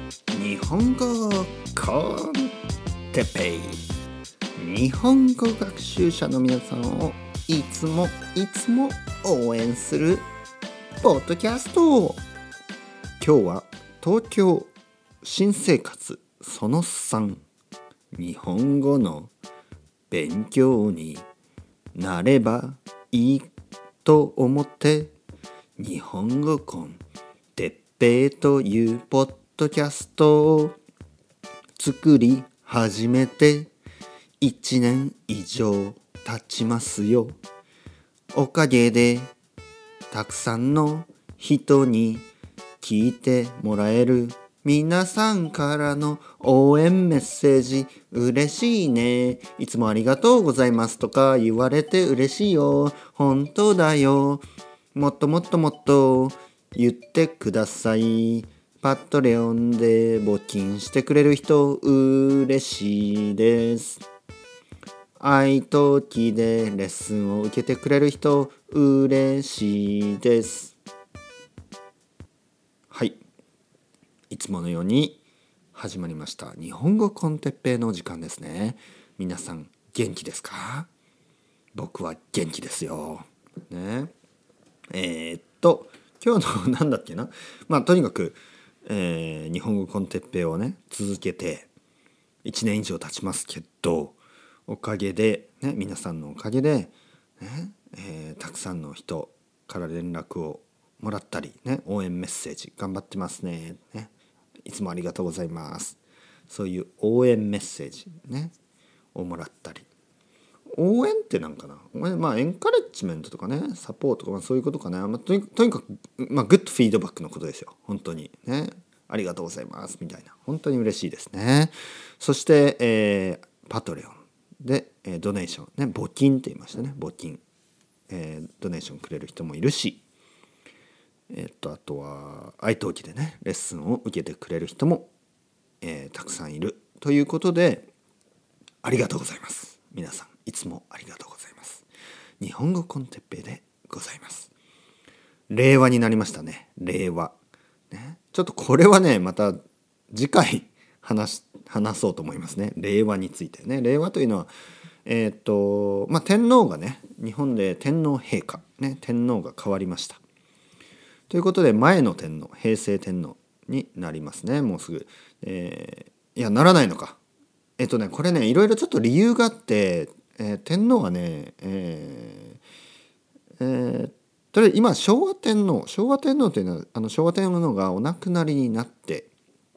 日本語コンテペイ。日本語学習者の皆さんをいつも応援するポッドキャスト。今日は東京新生活その3、日本語の勉強になればいいと思って日本語コンテッペイというポッドキャストを作り始めて1年以上経ちますよ。おかげでたくさんの人に聞いてもらえる。皆さんからの応援メッセージ嬉しいね。いつもありがとうございますとか言われて嬉しいよ。本当だよ。もっと言ってください。パトレオンで募金してくれる人嬉しいです。愛ときでレッスンを受けてくれる人嬉しいです。はい、いつものように始まりました日本語コンテッペイの時間ですね。皆さん元気ですか？僕は元気ですよね。今日のなんだっけな、とにかく、日本語コンテッペイをね続けて1年以上経ちますけど、おかげでね、皆さんのおかげで、ねたくさんの人から連絡をもらったりね、応援メッセージ頑張ってますね、いつもありがとうございます。そういう応援メッセージねをもらったり、応援ってなんかな、エンカレッジメントとかね、サポートとか、そういうことかな、とにかく、グッドフィードバックのことですよ。本当にね、ありがとうございますみたいな、本当に嬉しいですね。そして、パトレオンで、ドネーションね、募金って言いましたね。募金、ドネーションくれる人もいるし、あとは愛登記でねレッスンを受けてくれる人も、たくさんいるということで、ありがとうございます。皆さんいつもありがとうございます。日本語コンテッペイでございます。令和になりましたね。令和ね、ちょっとこれはねまた次回話そうと思いますね。令和についてね。令和というのは天皇がね、日本で天皇陛下ね、天皇が変わりましたということで、前の天皇、平成天皇になりますね。もうすぐ、いやならないのか。これねいろいろちょっと理由があって、天皇はね、とりあえず今昭和天皇というのは昭和天皇がお亡くなりになって、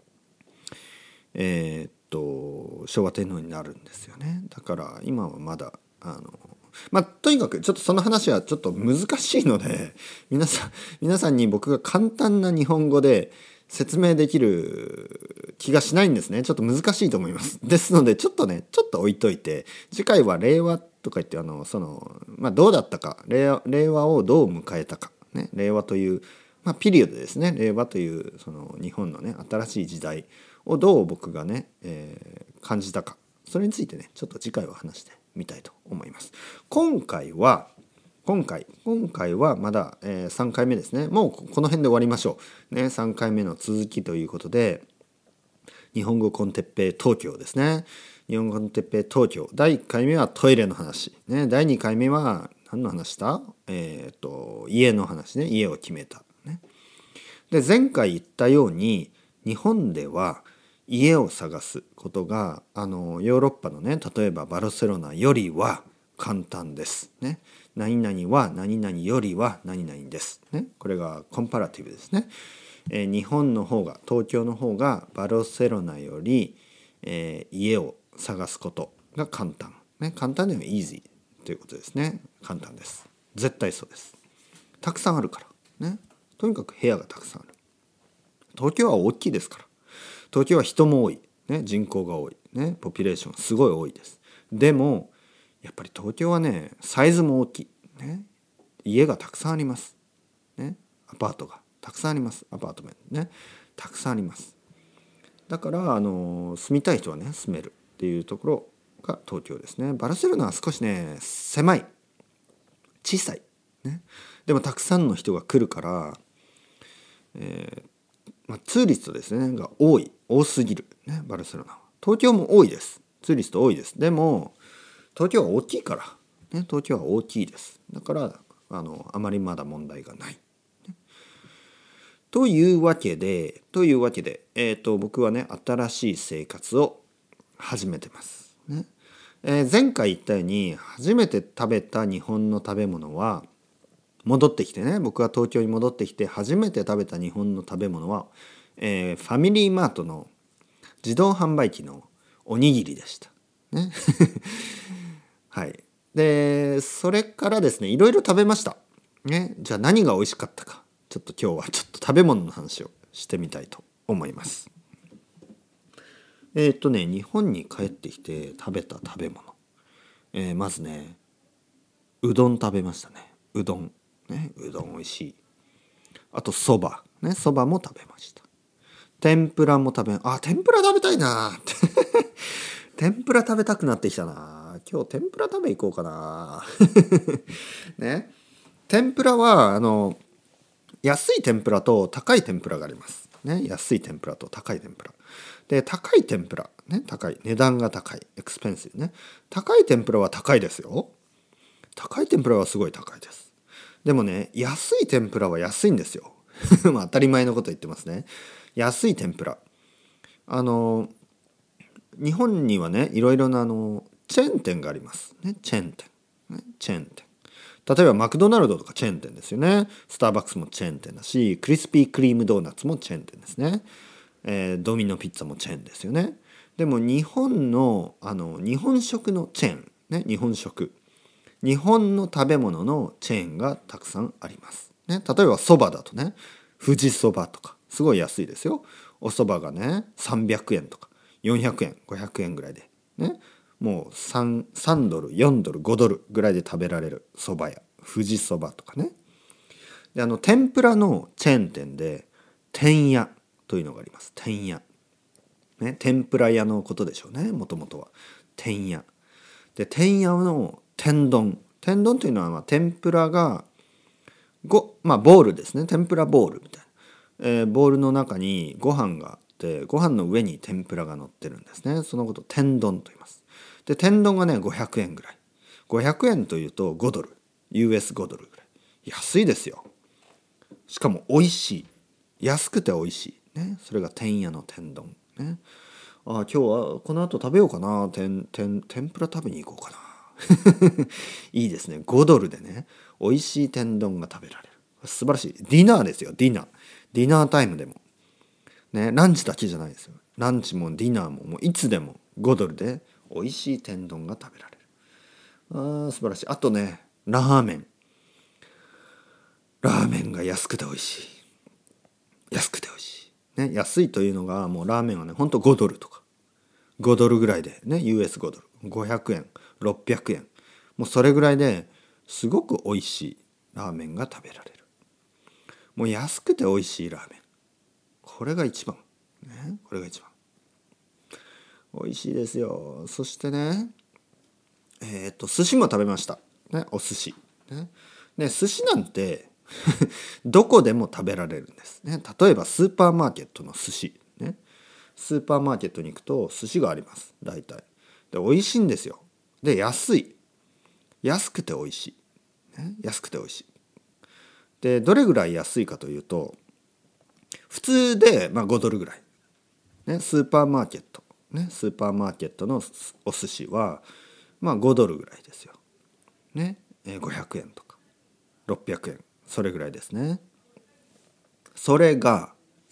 昭和天皇になるんですよね。だから今はまだとにかくちょっとその話はちょっと難しいので、皆さんに僕が簡単な日本語で説明できる気がしないんですね。ちょっと難しいと思います。ですのでちょっと置いといて、次回は令和とか言ってどうだったか、令和をどう迎えたか、ね、令和という、ピリオドですね。令和というその日本のね新しい時代をどう僕がね、感じたか、それについてねちょっと次回は話してみたいと思います。今回はまだ、3回目ですね。もうこの辺で終わりましょう、ね、3回目の続きということで、日本語コンテッペイ東京ですね。日本語コンテッペイ東京、第1回目はトイレの話、ね、第2回目は何の話だ、家の話ね、家を決めた、ね、で前回言ったように日本では家を探すことがヨーロッパのね、例えばバルセロナよりは簡単ですね。何々は何々よりは何々ですね。これがコンパラティブですね。日本の方が、東京の方がバルセロナより、家を探すことが簡単、ね、簡単ではイージーということですね。簡単です。絶対そうです。たくさんあるからね。とにかく部屋がたくさんある。東京は大きいですから。東京は人も多い、ね、人口が多い、ね、ポピュレーションすごい多いです。でもやっぱり東京はねサイズも大きい、ね、家がたくさんあります、ね、アパートがたくさんあります。アパートメントねたくさんあります。だから住みたい人はね住めるっていうところが東京ですね。バルセロナは少しね狭い、小さい、ね、でもたくさんの人が来るから、 ツーリストですねが多すぎる、ね、バルセロナは。東京も多いです。ツーリスト多いです。でも東京は大きいから、ね、東京は大きいです。だからあまりまだ問題がない。というわけで、僕はね新しい生活を始めてます。ね前回言ったように初めて食べた日本の食べ物は戻ってきてね、僕が東京に戻ってきて初めて食べた日本の食べ物は、ファミリーマートの自動販売機のおにぎりでした。ねはい。でそれからですねいろいろ食べました。ね、じゃあ何が美味しかったか、ちょっと今日はちょっと食べ物の話をしてみたいと思います。日本に帰ってきて食べた食べ物、まずねうどん食べましたね。うどんね、うどん美味しい。あとそばね、そばも食べました。天ぷらも天ぷら食べたいな天ぷら食べたくなってきたな。今日天ぷら食べ行こうかなね、天ぷらは安い天ぷらと高い天ぷらがあります。ね、安い天ぷらと高い天ぷら。で、高い天ぷら、ね、値段が高い、エクスペンシブね。高い天ぷらは高いですよ。高い天ぷらはすごい高いです。でもね、安い天ぷらは安いんですよ。まあ当たり前のこと言ってますね。安い天ぷら。日本にはね、いろいろなチェーン店があります。ね、チェーン店。ね、チェーン店。例えばマクドナルドとかチェーン店ですよね。スターバックスもチェーン店だし、クリスピークリームドーナツもチェーン店ですね。ドミノピッツァもチェーンですよね。でも日本の日本食のチェーン、ね、日本の食べ物のチェーンがたくさんあります。ね、例えばそばだとね、富士そばとかすごい安いですよ。おそばがね300円とか400円500円ぐらいでね、もう 3ドル4ドル5ドルぐらいで食べられるそば屋、富士そばとかね。で天ぷらのチェーン店で天屋というのがあります。天屋、ね、天ぷら屋のことでしょうね、もともとは。天屋で、天屋の天丼というのは天ぷらがボールですね。天ぷらボールみたいな、ボールの中にご飯があって、ご飯の上に天ぷらが乗ってるんですね。そのことを天丼と言います。で天丼がね500円ぐらい。500円というと5ドル US5 ドルぐらい安いですよ。しかも美味しい、安くて美味しい、ね、それが天屋の天丼、ね、今日はこの後食べようかな、天ぷら食べに行こうかないいですね。5ドルでね美味しい天丼が食べられる、素晴らしい。ディナーですよ。ディナータイムでもね、ランチだけじゃないですよ。ランチもディナーも、もういつでも5ドルで美味しい天丼が食べられる。素晴らしい。あとねラーメンが安くて美味しい、ね、安いというのがもうラーメンはねほんと5ドルとか5ドルぐらいでね、 US5 ドル500円600円、もうそれぐらいですごく美味しいラーメンが食べられる。もう安くて美味しいラーメン、これが一番、ね、これが一番美味しいですよ。そしてね寿司も食べました、ね、お寿司、ね、寿司なんてどこでも食べられるんです、ね、例えばスーパーマーケットの寿司、ね、スーパーマーケットに行くと寿司があります。大体で美味しいんですよ。で安くて美味しい、ね、安くて美味しい。でどれぐらい安いかというと、普通で5ドルぐらい、ね、スーパーマーケットのお寿司は5ドルぐらいですよ、ね、500円とか600円、それぐらいですね。それが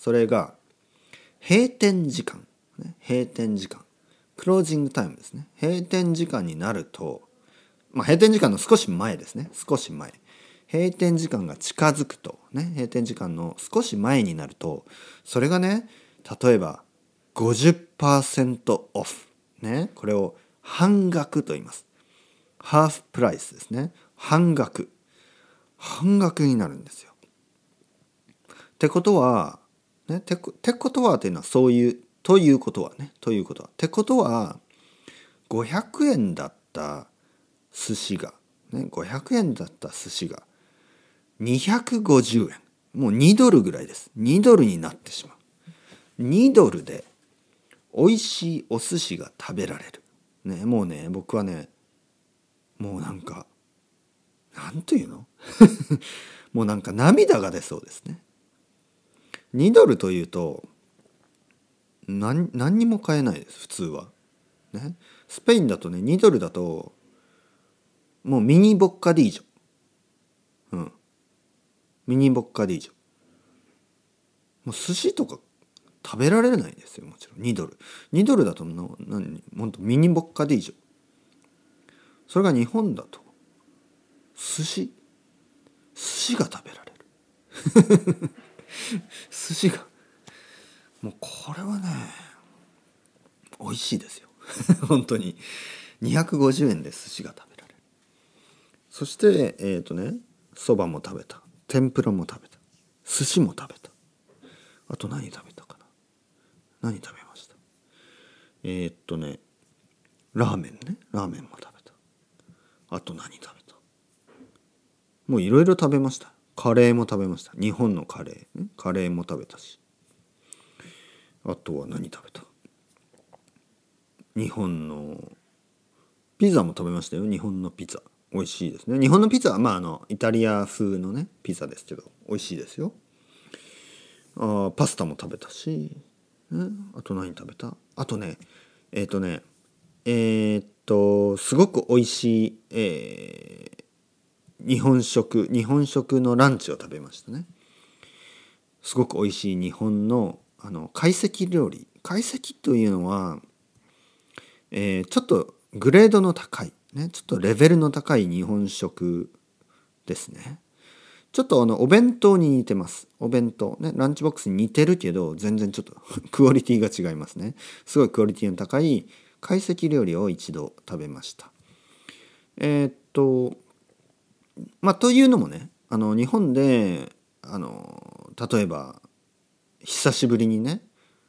閉店時間、クロージングタイムですね。閉店時間になると、閉店時間の少し前ですね。閉店時間が近づくと、ね、閉店時間の少し前になると、それがね、例えば 50% オフ、ね、これを半額と言います。ハーフプライスですね。半額になるんですよ。ってことは、ね、ってことはっていうのはそういうということはってことは500円だった寿司が、ね、500円だった寿司が250円、もう2ドルぐらいです。2ドルになってしまう。 2ドルで美味しいお寿司が食べられる。ね、もうね、僕はね、もうなんか、なんというのもうなんか涙が出そうですね。2ドルというと、何にも買えないです、普通は。ね。スペインだとね、2ドルだと、もうミニボッカディージョ。うん。ミニボッカディージョ。もう寿司とか食べられないですよ、もちろん。2ドル。2ドルだとほんとミニボッカディージョ。それが日本だと、寿司が食べられる。寿司が。もうこれはね、美味しいですよ。本当に。250円で寿司が食べられる。そしてそばも食べた。天ぷらも食べた。寿司も食べた。あと何食べたかな。何食べました。ラーメンね。ラーメンも食べた。あと何食べた。もういろいろ食べました。カレーも食べました。日本のカレーね。カレーも食べたし。あとは何食べた。日本のピザも食べましたよ。日本のピザ美味しいですね。日本のピザはイタリア風のねピザですけど美味しいですよ。パスタも食べたし、ね、あと何食べた。あとねすごく美味しい、日本食のランチを食べましたね。すごく美味しい日本の懐石料理。懐石というのは、ちょっとグレードの高い、ね、ちょっとレベルの高い日本食ですね。ちょっとお弁当に似てます。お弁当ね、ランチボックスに似てるけど全然ちょっとクオリティが違いますね。すごいクオリティの高い懐石料理を一度食べました。というのもね、日本で例えば久しぶりにね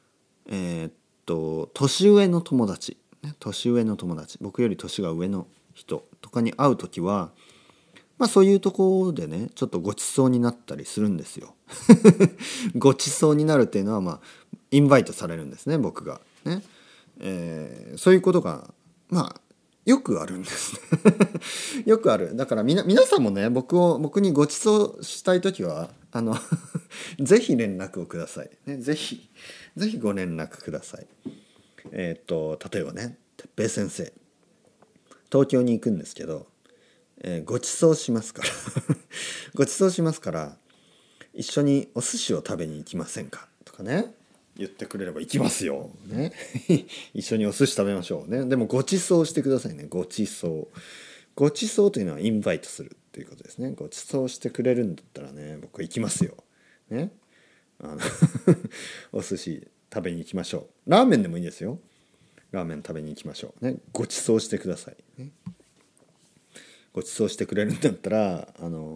年上の友達、僕より年が上の人とかに会う時はそういうところでねちょっとごちそうになったりするんですよ。ごちそうになるっていうのはインバイトされるんですね、僕がね。そういうことがよくあるんですね。よくある。だから皆さんもね僕にごちそうしたい時はぜひ連絡をください、ね、ぜひご連絡ください。例えばね、哲平先生東京に行くんですけど、ごちそうしますからごちそうしますから一緒にお寿司を食べに行きませんかとかね言ってくれれば行きますよ、ね、一緒にお寿司食べましょうね。でもごちそうしてくださいね。ごちそうというのはインバイトするということですね。ごちそうしてくれるんだったらね僕行きますよ、ね、お寿司食べに行きましょう。ラーメンでもいいですよ。ラーメン食べに行きましょう、ね、ごちそうしてください、ね、ごちそうしてくれるんだったら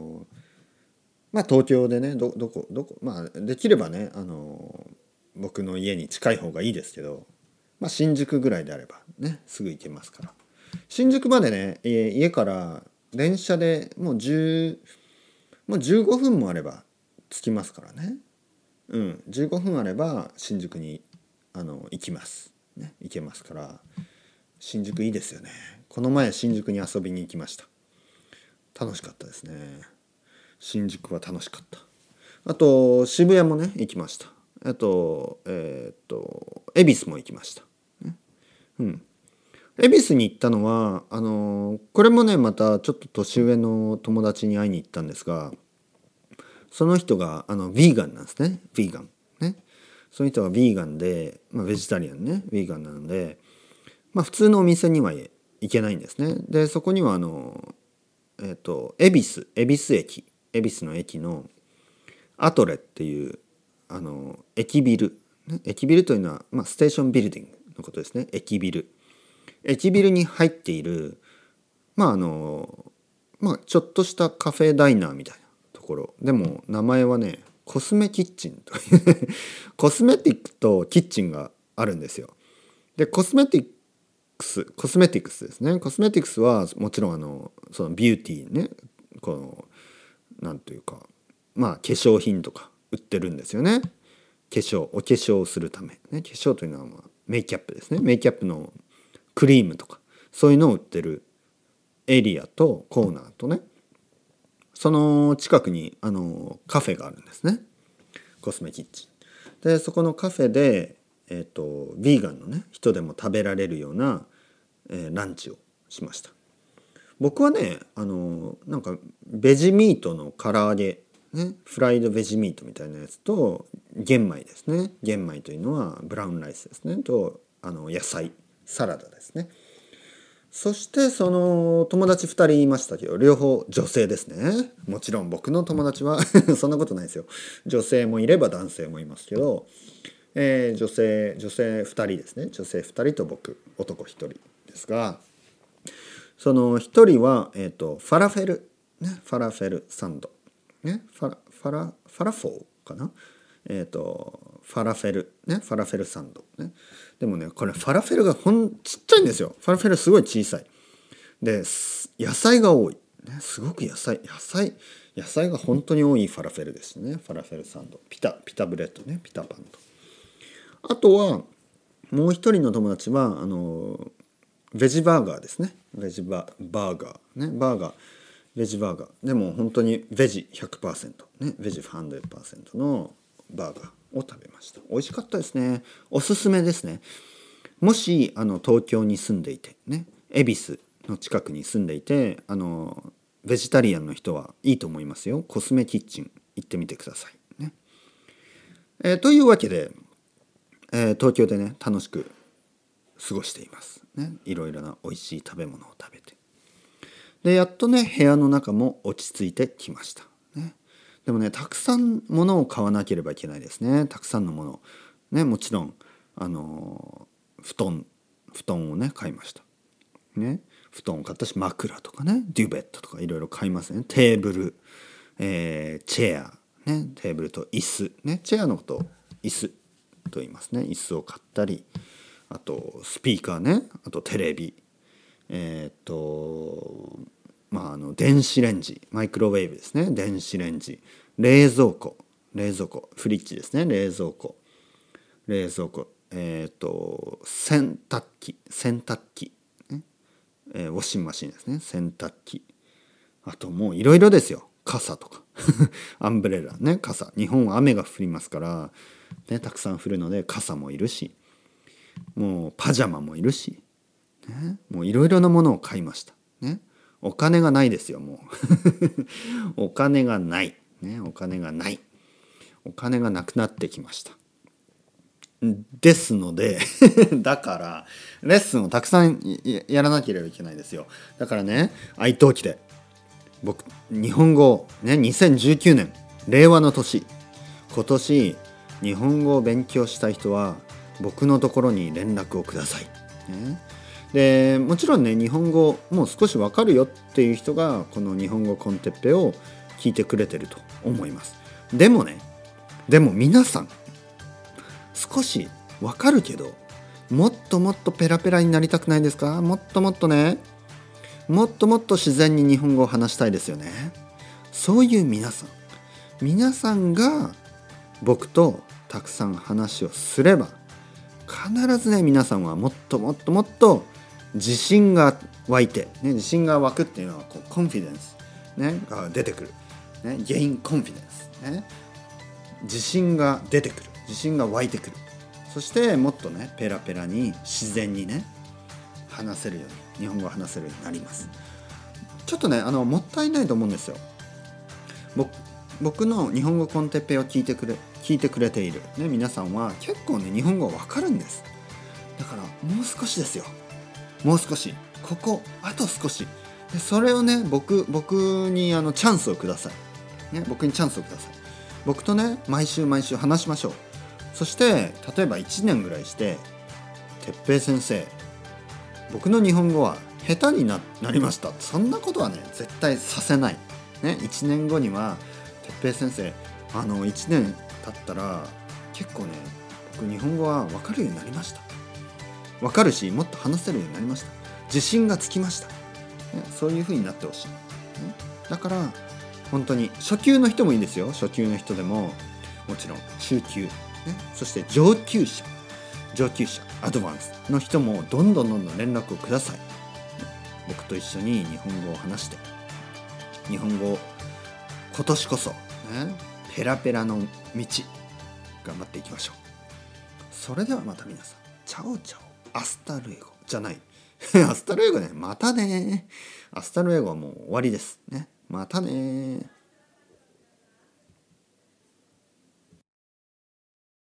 東京でねどこできればね僕の家に近い方がいいですけど、新宿ぐらいであればねすぐ行けますから。新宿までね家から電車でもう15分もあれば着きますからね。15分あれば新宿に行きます、ね、行けますから。新宿いいですよね。この前新宿に遊びに行きました。楽しかったですね。新宿は楽しかった。あと渋谷もね行きました。あと恵比寿も行きました、ね。恵比寿に行ったのはこれもねまたちょっと年上の友達に会いに行ったんですが、その人がヴィーガンなんですね。ヴィーガンね。その人がヴィーガンで、ベジタリアンね、ヴィーガンなので、普通のお店には行けないんですね。でそこには恵比寿の駅のアトレっていう駅ビル、ね、駅ビルというのは、ステーションビルディングのことですね。駅ビルに入っているちょっとしたカフェダイナーみたいなところでも名前はねコスメキッチンというコスメティックとキッチンがあるんですよ。でコスメティックスですね。コスメティクスはもちろんそのビューティーね、このなんというか化粧品とか売ってるんですよね。 お化粧をするため、ね、化粧というのはメイキャップですね。メイキャップのクリームとかそういうのを売ってるエリアとコーナーとね、その近くにカフェがあるんですね。コスメキッチンで、そこのカフェでヴィーガンのね人でも食べられるような、ランチをしました。僕はねなんかベジミートの唐揚げ、ね、フライドベジミートみたいなやつと玄米ですね。玄米というのはブラウンライスですねと野菜サラダですね。そしてその友達2人いましたけど、両方女性ですね。もちろん僕の友達はそんなことないですよ。女性もいれば男性もいますけど、女性2人ですね。女性2人と僕男1人ですが、その1人は、ファラフェル、ね、ファラフェルサンド、ね、ファラフォーかな、ファラフェルね、ファラフェルサンドね。でもねこれファラフェルがちっちゃいんですよ。ファラフェルすごい小さいで野菜が多い、ね、すごく野菜が本当に多いファラフェルですね。ファラフェルサンド、ピタブレッドね、ピタパンと。あとはもう一人の友達はベジバーガーですね。ベジバーガーね、ベジバーガーでも本当にベジ 100%、ね、ベジ 100% のバーガーを食べました。美味しかったですね。おすすめですね。もし東京に住んでいてね、恵比寿の近くに住んでいてベジタリアンの人はいいと思いますよ。コスメキッチン行ってみてくださいね。というわけで、東京でね楽しく過ごしていますね。いろいろな美味しい食べ物を食べて、でやっとね部屋の中も落ち着いてきましたね。でもねたくさん物を買わなければいけないですね。たくさんのものね、もちろん布団をね買いましたね。布団を買ったし、枕とかね、デュベットとかいろいろ買いますね。テーブル、チェアね、テーブルと椅子ね、チェアのことを椅子と言いますね。椅子を買ったり、あとスピーカーね、あとテレビ、電子レンジ、マイクロウェーブですね、電子レンジ、冷蔵庫、フリッジですね、冷蔵庫、洗濯機、ね、ウォッシングマシンですね、洗濯機、あともういろいろですよ。傘とかアンブレラね、傘、日本は雨が降りますから、ね、たくさん降るので傘もいるし、もうパジャマもいるし、ね、もういろいろなものを買いましたね。お金がないですよ、もうお金がない、ね、お金がなくなってきました。ですのでだからレッスンをたくさん やらなければいけないですよ。だからね、愛登記で僕日本語ね、2019年令和の年、今年日本語を勉強したい人は僕のところに連絡をください、ね。でもちろんね、日本語もう少しわかるよっていう人がこの日本語コンテッペを聞いてくれてると思います。でも皆さん少しわかるけどもっともっとペラペラになりたくないですか？もっともっと自然に日本語を話したいですよね。そういう皆さんが僕とたくさん話をすれば必ずね、皆さんはもっと自信が湧いて、ね、自信が湧くっていうのはコンフィデンス、ね、が出てくる、ね、ゲインコンフィデンス、ね、自信が出てくる、自信が湧いてくる。そしてもっとねペラペラに自然にね話せるように、日本語を話せるようになります。ちょっとねもったいないと思うんですよ。僕の日本語コンテッペを聞いてくれている、ね、皆さんは結構ね日本語わかるんです。だからもう少しですよ。もう少し、あと少しで、それをね僕にチャンスをください、ね、僕にチャンスをください。僕とね毎週話しましょう。そして例えば1年ぐらいして哲平先生、僕の日本語は下手に なりました、そんなことはね絶対させない、ね、1年後には哲平先生1年経ったら結構ね僕日本語は分かるようになりました、分かるしもっと話せるようになりました、自信がつきました、ね、そういう風になってほしい、ね、だから本当に初級の人もいいですよ。初級の人でももちろん中級、 そして上級者アドバンスの人もどんどん連絡をください。僕と一緒に日本語を話して、日本語を今年こそ、ペラペラの道頑張っていきましょう。それではまた皆さん、チャオチャオ、アスタルエゴじゃないアスタルエゴね、またね。アスタルエゴはもう終わりですね。またね。